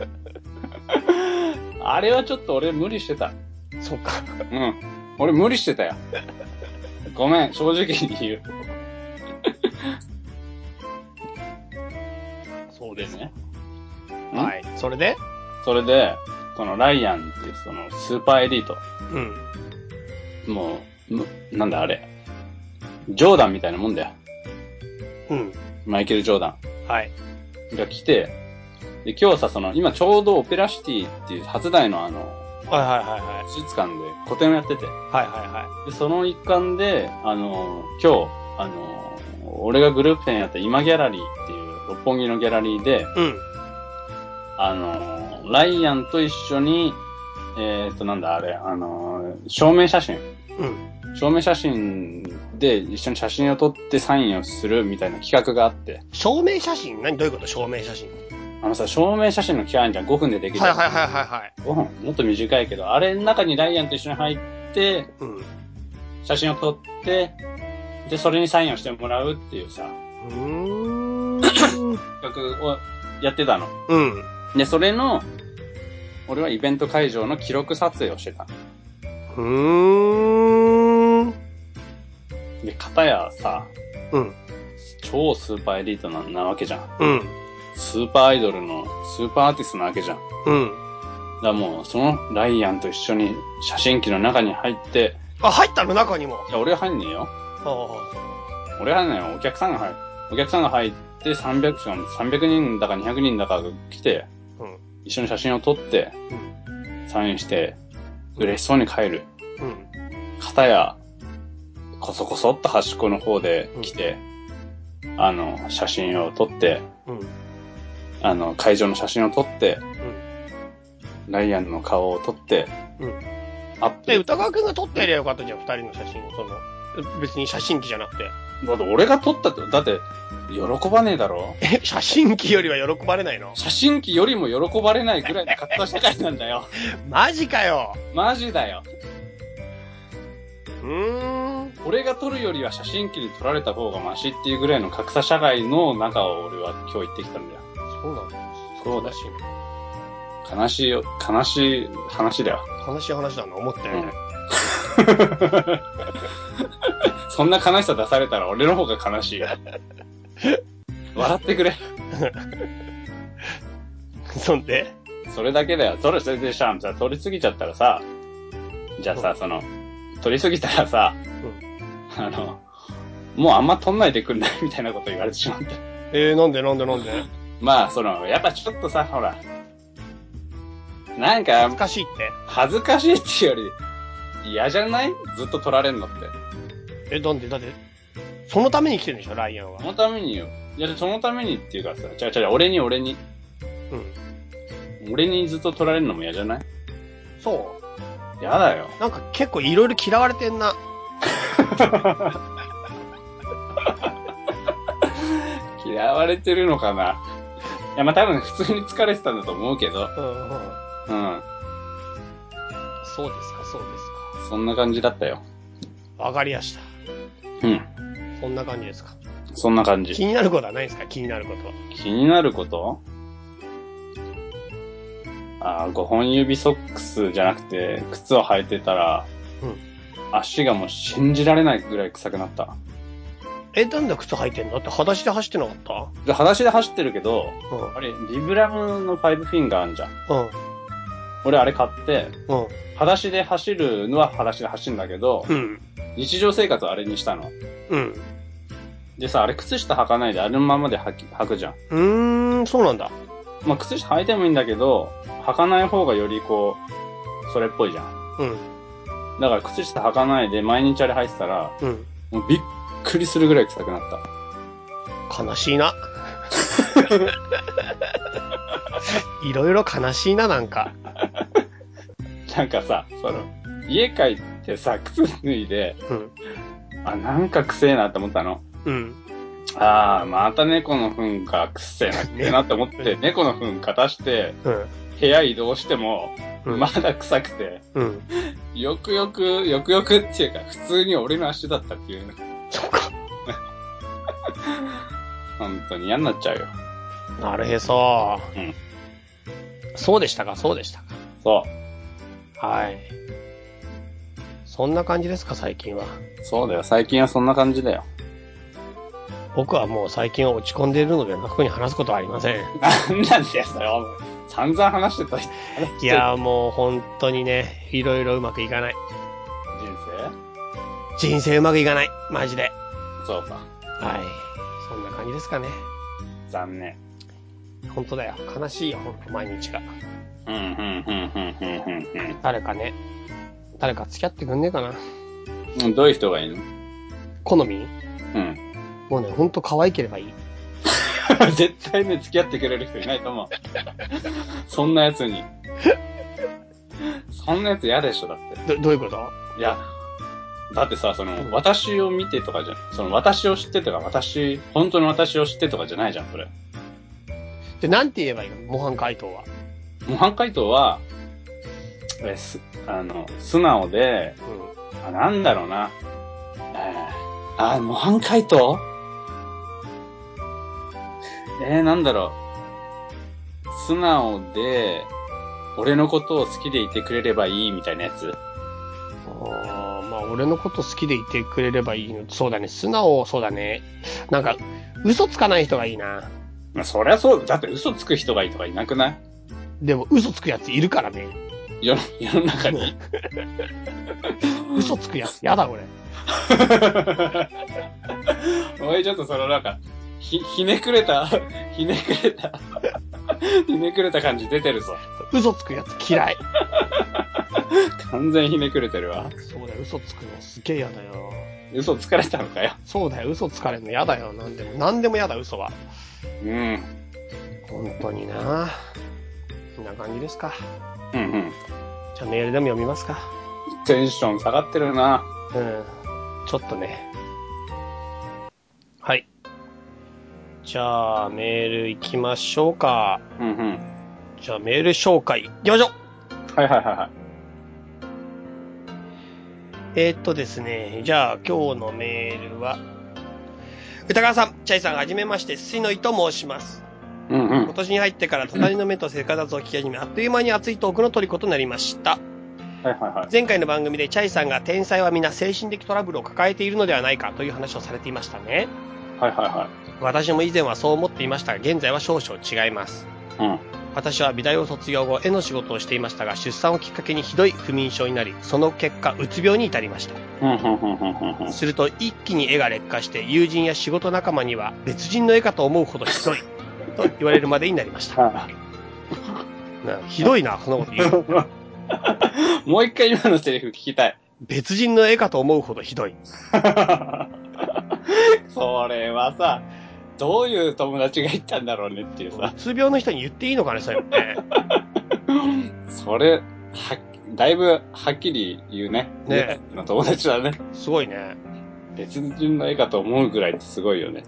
あれはちょっと俺無理してた。 そうか。 うん。俺無理してたよ。ごめん、正直に言う。 そうですね。 はい。 それで、 そのライアンっていうそのスーパーエリート。もう、なんだあれ。ジョーダンみたいなもんだよ。マイケル・ジョーダン。 はい。 が来て、で、今日さ、今ちょうどオペラシティっていう初台の美術館で個展をやってて。で、その一環で、今日、俺がグループ展やった今ギャラリーっていう六本木のギャラリーで、ライアンと一緒に、なんだあれ、証明写真。証明写真で一緒に写真を撮ってサインをするみたいな企画があって。 証明写真？どういうこと？証明写真。 証明写真の機械あるじゃん。5分でできる。 5 分もっと短いけど、あれの中にライアンと一緒に入って、写真を撮って、で、それにサインをしてもらうっていうさ、企画をやってたの。で、それの、俺はイベント会場の記録撮影をしてた。で、片やさ、超スーパーエリートなわけじゃん。スーパーアイドルのスーパーアーティストなわけじゃん。だからもう、そのライアンと一緒に写真機の中に入って、 入ったの？中にも。 いや、俺は入んねえよ。俺は入んないよ。お客さんが入って300人だか200人だかが来て、一緒に写真を撮って、サインして、嬉しそうに帰る。片や、こそこそっと端っこの方で来て、写真を撮って、会場の写真を撮って、ライアンの顔を撮って、アップ。 歌川くんが撮ってやりゃよかったじゃん、二人の写真を。別に写真機じゃなくて。 だって俺が撮ったって、だって、喜ばねえだろ？ 写真機よりは喜ばれないの？ 写真機よりも喜ばれないぐらいの格好社会なんだよ。 マジかよ。 マジだよ。俺が撮るよりは写真機に撮られた方がマシっていうぐらいの格差社会の中を俺は今日行ってきたんだよ。 そうなんだ。 そうだし。悲しい話だよ。 悲しい話だな、思ったよね。 そんな悲しさ出されたら俺の方が悲しいよ。笑ってくれ。 そんでそれだけだよ。それでさ、撮りすぎちゃったらさ、じゃあさ、撮りすぎたらさ、もうあんま撮んないでくんないみたいなこと言われてしまって。 なんでまあ、やっぱちょっとさ、ほら、なんか、 恥ずかしいって。 恥ずかしいっていうより、嫌じゃない？ずっと撮られんのって。 だって、そのために来てるんでしょ、ライアンは。 そのためによ。いや、そのためにっていうかさ、俺に。俺にずっと撮られるのも嫌じゃない？ そう。 嫌だよ。 なんか結構いろいろ嫌われてんな。 嫌われてるのかな。いや、まあ、多分普通に疲れてたんだと思うけど。 そうですか。 そんな感じだったよ。 わかりやした。そんな感じですか。 そんな感じ。 気になることはないですか？気になることは。 気になること？5本指ソックスじゃなくて、靴を履いてたら、足がもう信じられないぐらい臭くなった。 なんで靴履いてんの？だって裸足で走ってなかった？ で、裸足で走ってるけど、あれ、リブラムの5フィンガーあんじゃん。俺あれ買って、裸足で走るのは裸足で走るんだけど、日常生活はあれにしたの。でさ、あれ靴下履かないであれのままで履くじゃん。 そうなんだ。 まあ、靴下履いてもいいんだけど、履かない方がよりこう、それっぽいじゃん。だから靴下履かないで毎日あれ履いてたら、もうびっくりするぐらい臭くなった。 悲しいな。いろいろ悲しいな、なんか。 なんかさ、家帰ってさ、靴脱いで、なんか臭えなって思ったの。また猫の糞が臭えなって思って、猫の糞かたして、部屋移動しても、まだ臭くて、よくよくっていうか、普通に俺の足だったっていうね。 そうか。 本当に嫌になっちゃうよ。 なるへそ。そうでしたか。 そう。 はい。そんな感じですか、最近は。 そうだよ、最近はそんな感じだよ。 僕はもう最近は落ち込んでいるので、特に話すことはありません。 なんでそれは散々話してた。いや、もう本当にね、いろいろうまくいかない。人生うまくいかない。マジで。 そうか。 はい。そんな感じですかね。 残念。 本当だよ。悲しいよ、本当毎日が。誰か付き合ってくんねえかな。 どういう人がいいの？ 好み？もうね、ほんと可愛ければいい。 絶対ね、付き合ってくれる人いないと思う。そんなやつに。そんなやつ嫌でしょ、だって。 どういうこと？ いや、だってさ、私を見てとかじゃ、私を知ってとか、本当に私を知ってとかじゃないじゃん、それ。 で、なんて言えばいいの？模範解答は。 模範解答は、素直で、なんだろうな。模範解答？なんだろう。素直で、俺のことを好きでいてくれればいいみたいなやつ？ まあ、俺のこと好きでいてくれればいいの。そうだね。素直、そうだね。なんか、嘘つかない人がいいな。 まあ、そりゃそう。だって嘘つく人がいいとかいなくない？ でも、嘘つくやついるからね。 世の中に。 嘘つくやつ、やだ、俺。 おい、ちょっとなんか、ひねくれた感じ出てるぞ。 嘘つくやつ嫌い。 完全ひねくれてるわ。 そうだよ、嘘つくのすげえ嫌だよ。 嘘つかれたのかよ。 そうだよ、嘘つかれるの嫌だよ、なんでも嫌だ、嘘は。本当にな。こんな感じですか。じゃあメールでも読みますか。 テンション下がってるな。 ちょっとね。はい。じゃあ、メール行きましょうか。じゃあ、メール紹介、行きましょう。 はい。 ですね。じゃあ、今日のメールは、歌川さん、チャイさん、はじめまして、すいのいと申します。今年に入ってから隣の目と生活を聞き始め、あっという間に熱いトークの虜となりました。前回の番組でチャイさんが天才は皆精神的トラブルを抱えているのではないかという話をされていましたね。私も以前はそう思っていましたが、現在は少々違います。私は美大を卒業後、絵の仕事をしていましたが、出産をきっかけにひどい不眠症になり、その結果、うつ病に至りました。すると、一気に絵が劣化して、友人や仕事仲間には別人の絵かと思うほどひどいと言われるまでになりました。ひどいな、そのこと言う。 もう一回今のセリフ聞きたい。 別人の絵かと思うほどひどい。 それはさ、どういう友達が言ったんだろうねっていうさ。 うつ病の人に言っていいのかね、それって。 それ、だいぶはっきり言うね。 ねえ。の友達だね。 すごいね。 別人の絵かと思うぐらいってすごいよね。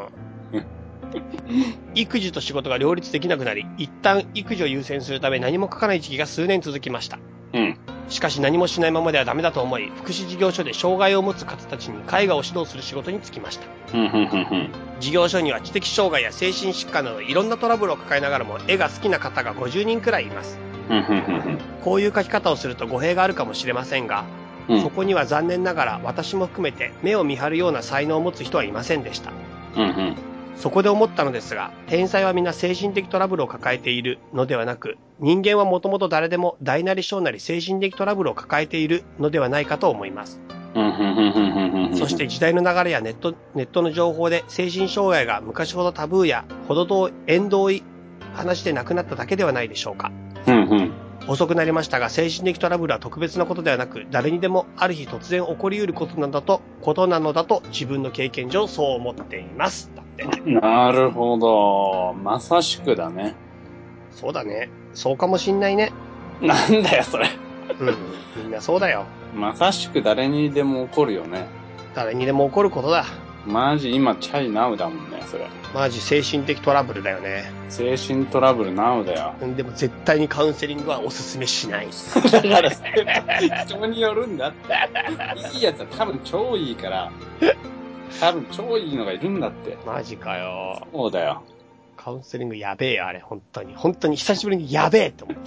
育児と仕事が両立できなくなり、一旦育児を優先するため何も書かない時期が数年続きました。しかし何もしないままではダメだと思い、福祉事業所で障害を持つ方たちに絵画を指導する仕事に就きました。事業所には知的障害や精神疾患などいろんなトラブルを抱えながらも絵が好きな方が50人くらいいます。こういう描き方をすると語弊があるかもしれませんが、 そこには残念ながら私も含めて目を見張るような才能を持つ人はいませんでした。そこで思ったのですが、天才はみんな精神的トラブルを抱えているのではなく、人間はもともと誰でも大なり小なり精神的トラブルを抱えているのではないかと思います。そして時代の流れやネットの情報で精神障害が昔ほどタブーや縁遠い話でなくなっただけではないでしょうか。遅くなりましたが、精神的トラブルは特別なことではなく、誰にでもある日突然起こり得ることなのだと自分の経験上そう思っています。だって。 なるほど。まさしくだね。 そうだね。そうかもしんないね。 なんだよ、それ。 みんなそうだよ。 まさしく誰にでも起こるよね。 誰にでも起こることだ。 マジ今チャイナウだもんね、それ。 マジ精神的トラブルだよね。 精神トラブルナウだよ。 でも絶対にカウンセリングはおすすめしない。 だから人によるんだって。いいやつは多分超いいから。多分超いいのがいるんだって。 マジかよ。 そうだよ。 カウンセリングやべえよ、あれ、本当に。本当に久しぶりにやべえって思った。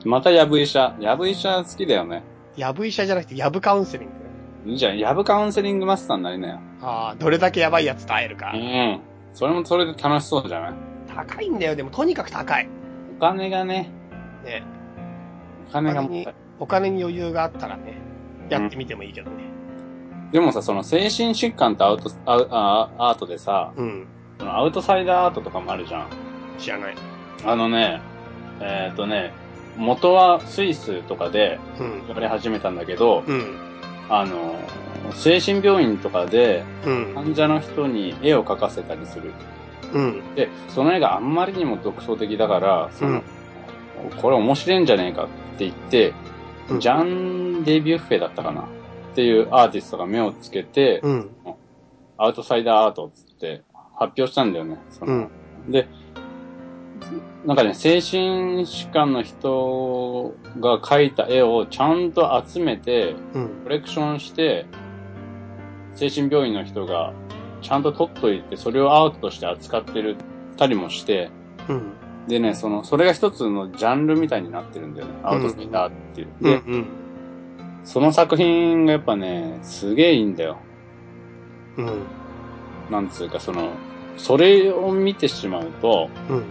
またヤブ医者。ヤブ医者好きだよね。 ヤブ医者じゃなくてヤブカウンセリング。 いいじゃん。ヤブカウンセリングマスターになりなよ。 ああ、どれだけやばいやつと会えるか。 それもそれで楽しそうじゃない？ 高いんだよ、でもとにかく高い。 お金がね。 ね。 お金に余裕があったらね、やってみてもいいけどね。 でもさ、その精神疾患とアートでさ、そのアウトサイダーアートとかもあるじゃん。 知らない。 元はスイスとかでやり始めたんだけど、精神病院とかで患者の人に絵を描かせたりする。で、その絵があんまりにも独創的だから、これ面白いんじゃねえかって言って、ジャン・デビュッフェだったかなっていうアーティストが目をつけて、アウトサイダーアートって発表したんだよね。で、なんかね、精神疾患の人が描いた絵をちゃんと集めて、コレクションして、精神病院の人がちゃんと撮っといて、それをアートとして扱ってるたりもして、でね、それが一つのジャンルみたいになってるんだよね。アウトサイダーっていう。で、その作品がやっぱね、すげえいいんだよ。なんつうか、それを見てしまうと、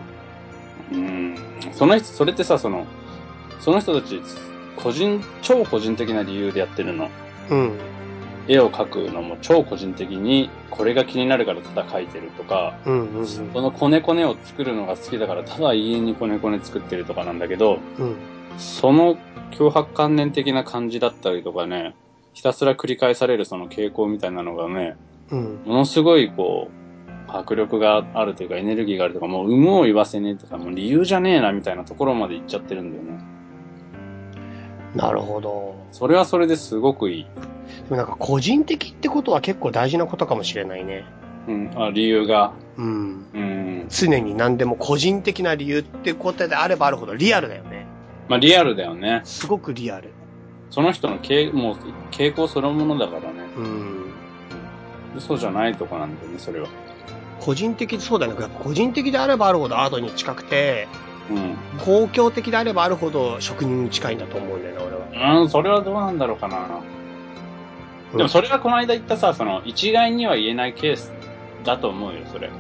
それってさ、その人たち、超個人的な理由でやってるの。絵を描くのも超個人的に、これが気になるからただ描いてるとか、そのコネコネを作るのが好きだからただ家にコネコネ作ってるとかなんだけど、その強迫観念的な感じだったりとかね、ひたすら繰り返されるその傾向みたいなのがね、ものすごい迫力があるというかエネルギーがあるとか、もう有無を言わせねえとか、もう理由じゃねえなみたいなところまで行っちゃってるんだよね。 なるほど。 それはそれですごくいい。 でもなんか個人的ってことは結構大事なことかもしれないね。 理由が。 常に何でも個人的な理由ってことであればあるほどリアルだよね。 まあリアルだよね。 すごくリアル。 その人のもう傾向そのものだからね。嘘じゃないとこなんだよね、それは。 個人的、そうだね。やっぱ個人的であればあるほどアートに近くて、公共的であればあるほど職人に近いんだと思うんだよね、俺は。 それはどうなんだろうかな。でもそれはこの間言ったさ、一概には言えないケースだと思うよ、それ。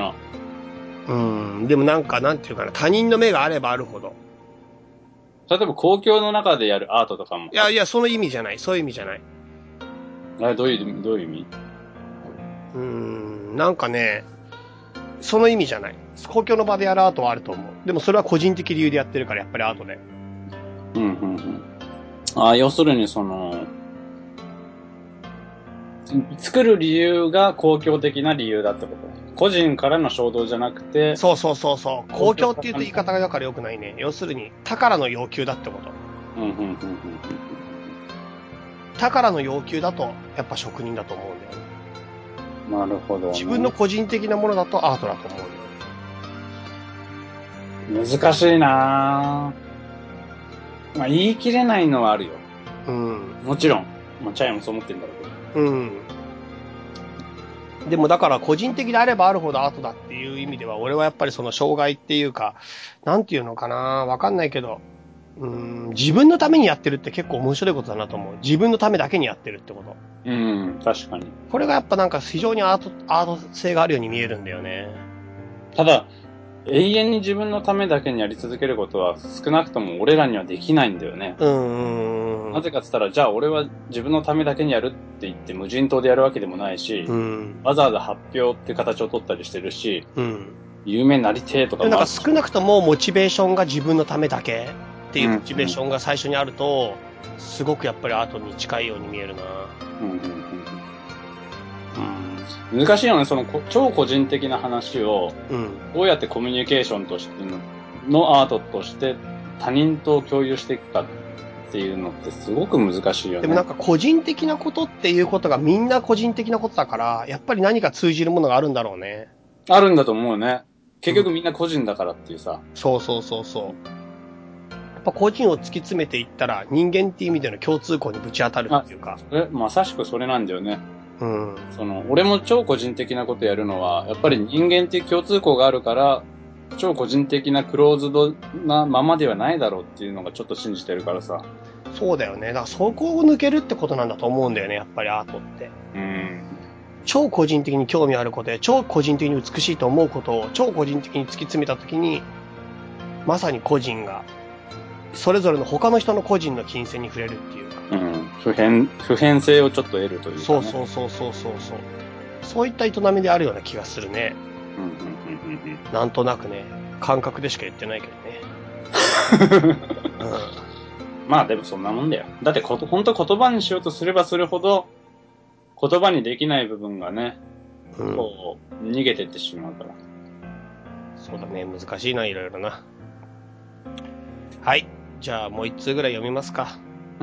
でもなんか、なんていうかな、他人の目があればあるほど。 例えば公共の中でやるアートとかも。 いや、その意味じゃない。そういう意味じゃない。 どういう意味？ なんかね、その意味じゃない。公共の場でやるアートはあると思う。でもそれは個人的理由でやってるから、やっぱりアートで。 要するに作る理由が公共的な理由だってこと。個人からの衝動じゃなくて。 そう。公共って言うと言い方がだから良くないね。要するに、宝の要求だってこと。宝の要求だと、やっぱ職人だと思うんだよね。 なるほど、ね。 自分の個人的なものだとアートだと思うんだよね。 難しいなぁ。まあ、言い切れないのはあるよ。もちろん。まあ、チャイもそう思ってるんだろうけど。でもだから個人的であればあるほどアートだっていう意味では、俺はやっぱりその障害っていうか、なんていうのかなわかんないけど、 自分のためにやってるって結構面白いことだなと思う。自分のためだけにやってるってこと。 確かに。 これがやっぱなんか非常にアート性があるように見えるんだよね。 ただ、永遠に自分のためだけにやり続けることは少なくとも俺らにはできないんだよね。なぜかっつったら、じゃあ俺は自分のためだけにやるって言って無人島でやるわけでもないし、わざわざ発表って形を取ったりしてるし、有名になりてーとかもなんか少なくともモチベーションが自分のためだけっていうモチベーションが最初にあると、すごくやっぱりアートに近いように見えるな。 難しいよね、その超個人的な話を、どうやってコミュニケーションとしてのアートとして他人と共有していくかっていうのってすごく難しいよね。 でもなんか個人的なことっていうことがみんな個人的なことだから、やっぱり何か通じるものがあるんだろうね。 あるんだと思うね。結局みんな個人だからっていうさ。 そう。やっぱ個人を突き詰めていったら人間っていう意味での共通項にぶち当たるっていうか。 まさしくそれなんだよね。俺も超個人的なことやるのは、やっぱり人間っていう共通項があるから、超個人的なクローズドなままではないだろうっていうのがちょっと信じてるからさ。 そうだよね。だからそこを抜けるってことなんだと思うんだよね、やっぱりアートって。超個人的に興味あることや、超個人的に美しいと思うことを超個人的に突き詰めたときに、まさに個人が、それぞれの他の人の個人の金銭に触れるっていうか。 普遍性をちょっと得るというか、ね。 そう。そういった営みであるような気がするね。なんとなくね、感覚でしか言ってないけどね。 まあでもそんなもんだよ。だって本当言葉にしようとすればするほど、言葉にできない部分がね、こう、逃げてってしまうから。 そうだね、難しいな、いろいろな。はい。じゃあもう一通ぐらい読みますか。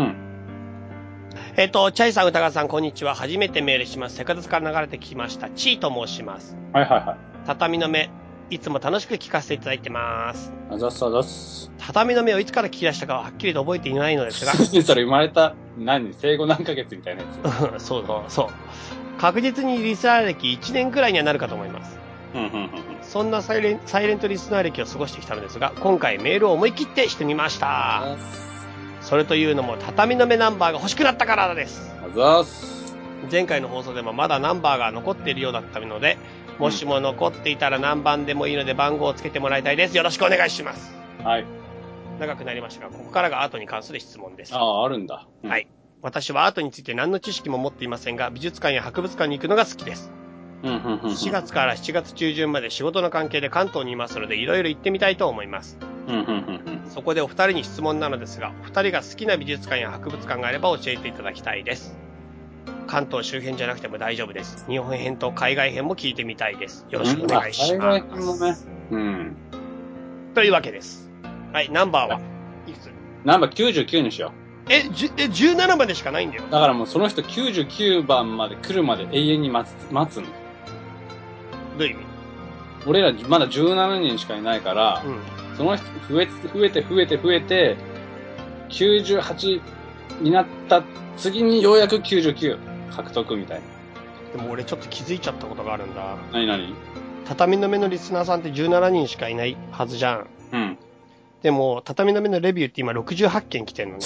チャイさん、歌川さん、こんにちは。初めてメールします。セカダツから流れてきました。チーと申します。畳の目、いつも楽しく聞かせていただいてます。畳の目をいつから聞き出したかははっきりと覚えていないのですが。 それ生まれた、生後何ヶ月みたいなやつ。そう。確実にリスナー歴1年くらいにはなるかと思います。そんなサイレントリスナー歴を過ごしてきたのですが、今回メールを思い切ってしてみました。それというのも、畳の目ナンバーが欲しくなったからです。前回の放送でもまだナンバーが残っているようだったので、もしも残っていたら何番でもいいので番号をつけてもらいたいです。よろしくお願いします。 はい。 長くなりましたが、ここからがアートに関する質問です。 あるんだ。 はい。私はアートについて何の知識も持っていませんが、美術館や博物館に行くのが好きです。4月から7月中旬まで仕事の関係で関東にいますので、いろいろ行ってみたいと思います。そこでお二人に質問なのですが、お二人が好きな美術館や博物館があれば教えていただきたいです。関東周辺じゃなくても大丈夫です。日本編と海外編も聞いてみたいです。よろしくお願いします。 海外編もね。 というわけです。はい、ナンバーはいくつ？ ナンバー99にしよう。17までしかないんだよ。 だからもうその人99番まで来るまで永遠に待つの。どういう意味？ 俺らまだ17人しかいないから、その人増えて、98になった次にようやく99獲得みたいな。でも俺ちょっと気づいちゃったことがあるんだ。 何？ 畳の目のリスナーさんって17人しかいないはずじゃん。でも、畳の目のレビューって今68件来てんのね。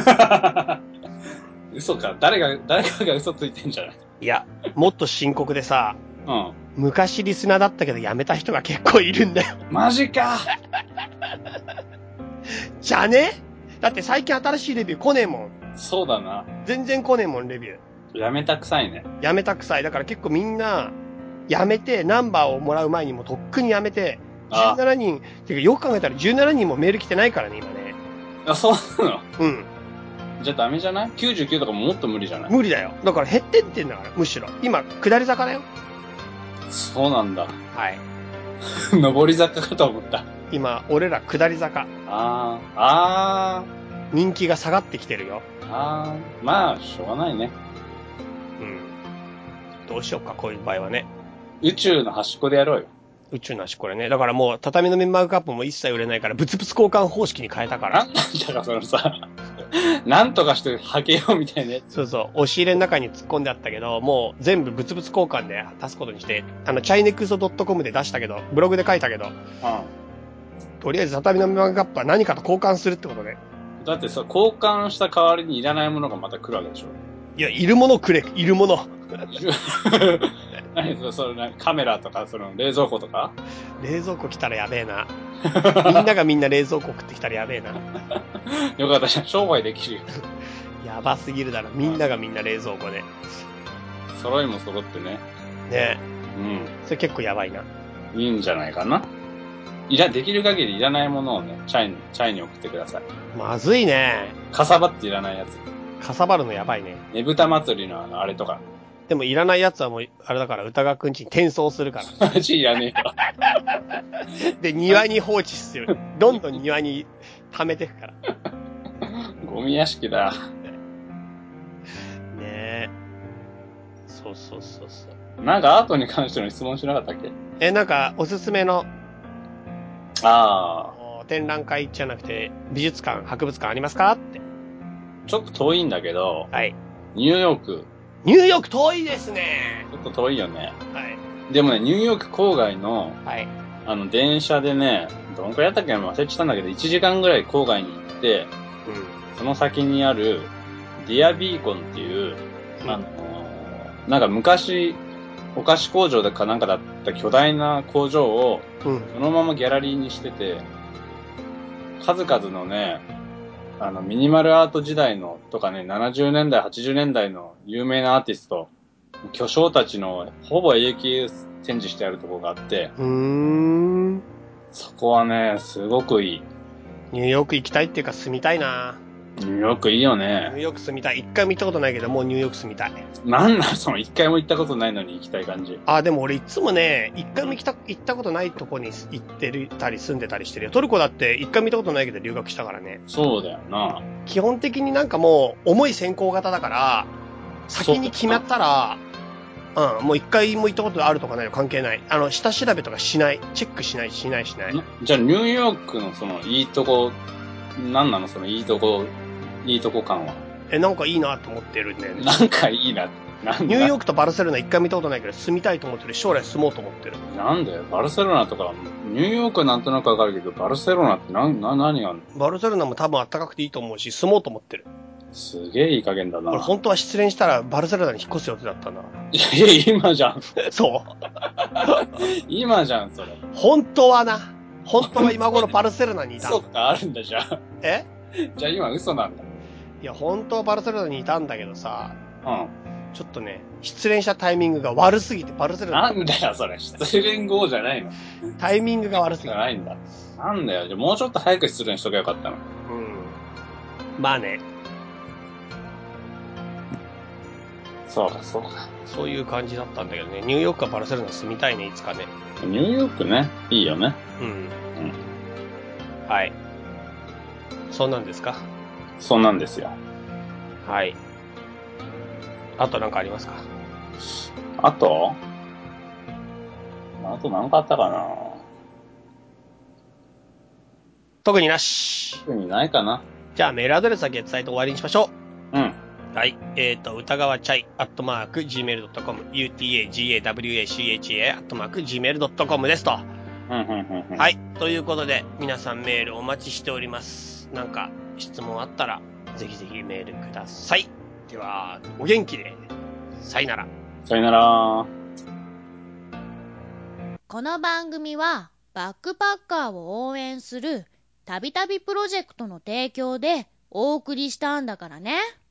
嘘か。誰かが嘘ついてんじゃない？ いや、もっと深刻でさ、昔リスナーだったけど辞めた人が結構いるんだよ。 マジか。 じゃね？だって最近新しいレビュー来ねえもん。 そうだな。 全然来ねえもん、レビュー。辞めたくさいね。 辞めたくさい。だから結構みんな、辞めて、ナンバーをもらう前にもとっくに辞めて、17人、てかよく考えたら17人もメール来てないからね、今ね。 そうなの？じゃあダメじゃない？ 99 とかももっと無理じゃない？ 無理だよ。だから減ってってんだから、むしろ。今、下り坂だよ。 そうなんだ。 はい。 上り坂かと思った。 今、俺ら下り坂。人気が下がってきてるよ。 まあ、しょうがないね。 どうしようか、こういう場合はね。 宇宙の端っこでやろうよ。 宇宙の端っこでね。だからもう、畳の目マグカップも一切売れないから、物々交換方式に変えたから。 だからそのさ、なんとかして履けようみたいなやつ。 そう。押し入れの中に突っ込んであったけど、もう全部物々交換で出すことにして、chinext.com で出したけど、ブログで書いたけど、とりあえず畳の目マグカップは何かと交換するってことで。 だってさ、交換した代わりにいらないものがまた来るわけでしょ。 いや、いるものくれ、いるもの。 何カメラとか、冷蔵庫とか冷蔵庫来たらやべえな。みんながみんな冷蔵庫食ってきたらやべえな。 よかったじゃん、商売できるよ。 やばすぎるだろ、みんながみんな冷蔵庫で。 揃いも揃ってね。 ねうん。 それ結構やばいな。 いいんじゃないかな。できる限りいらないものをね、チャイに送ってください。 まずいね。 かさばっていらないやつ。 かさばるのやばいね。 ねぶた祭りのあれとか。 でもいらないやつはもう、あれだから、歌川くんちに転送するから。 マジいらねえわ。 で、庭に放置する。どんどん庭に溜めてくから。 ゴミ屋敷だ。 ねえ。そうそうそうそう。 なんかアートに関しての質問しなかったっけ？ なんか、おすすめの、展覧会じゃなくて、美術館、博物館ありますかって。 ちょっと遠いんだけど、 はい。 ニューヨーク。 ニューヨーク遠いですね。 ちょっと遠いよね。 はい。 でもね、ニューヨーク郊外の、 はい。 電車でね、どんくらいやったっけ忘れちゃったんだけど、1時間ぐらい郊外に行って、その先にある、ディアビーコンっていう、なんか昔、お菓子工場かなんかだった巨大な工場を、そのままギャラリーにしてて、数々のね、ミニマルアート時代のとかね、70年代、80年代の有名なアーティスト、巨匠たちのほぼ永久展示してあるところがあって、そこはね、すごくいい。 ニューヨーク行きたいっていうか住みたいな。 ニューヨークいいよね。 ニューヨーク住みたい。一回も行ったことないけど、もうニューヨーク住みたい。 一回も行ったことないのに行きたい感じ。 でも俺いつもね、一回も行ったことないとこに行ってたり住んでたりしてるよ。トルコだって一回も行ったことないけど留学したからね。 そうだよな。 基本的になんかもう、重い先行型だから、先に決まったら、もう一回も行ったことあるとかないの関係ない。下調べとかしない。チェックしない。 じゃあ、ニューヨークのいいとこ、なんなのいいとこ感は。 なんかいいなと思ってるんだよね。 なんかいいな。 ニューヨークとバルセロナ一回見たことないけど、住みたいと思ってる。将来住もうと思ってる。 なんでバルセロナとか、ニューヨークはなんとなくわかるけど、バルセロナって何があるの？ バルセロナも多分暖かくていいと思うし、住もうと思ってる。 すげえいい加減だな。 俺本当は失恋したらバルセロナに引っ越す予定だったんだから。 いや、今じゃん。 そう。 今じゃん、それ。 本当は今頃バルセロナにいたんだ。 嘘かあるんだじゃん。じゃあ今嘘なんだ。 いや、本当はバルセロナにいたんだけどさ。ちょっとね、失恋したタイミングが悪すぎてバルセロナ。 なんだよ、それ。失恋後じゃないの。 タイミングが悪すぎて。 じゃないんだ。なんだよ。じゃあもうちょっと早く失恋しとけばよかったの。 まあね。 そうか。 そういう感じだったんだけどね。ニューヨークかバルセロナ住みたいね、いつかね。 ニューヨークね。いいよね。 はい。そうなんですか？ そうなんですよ。 はい。あとなんかありますか？ あとなんかあったかな？ 特になし。 特にないかな。 じゃあメールアドレスだけ伝えて終わりにしましょう。 はい。歌川チャイ@gmail.com utagawacha@gmail.com ですと。はい。ということで、皆さんメールお待ちしております。なんか、質問あったら、ぜひぜひメールください。では、お元気で。さよなら。 さよなら。 この番組は、バックパッカーを応援する、たびたびプロジェクトの提供でお送りしたんだからね。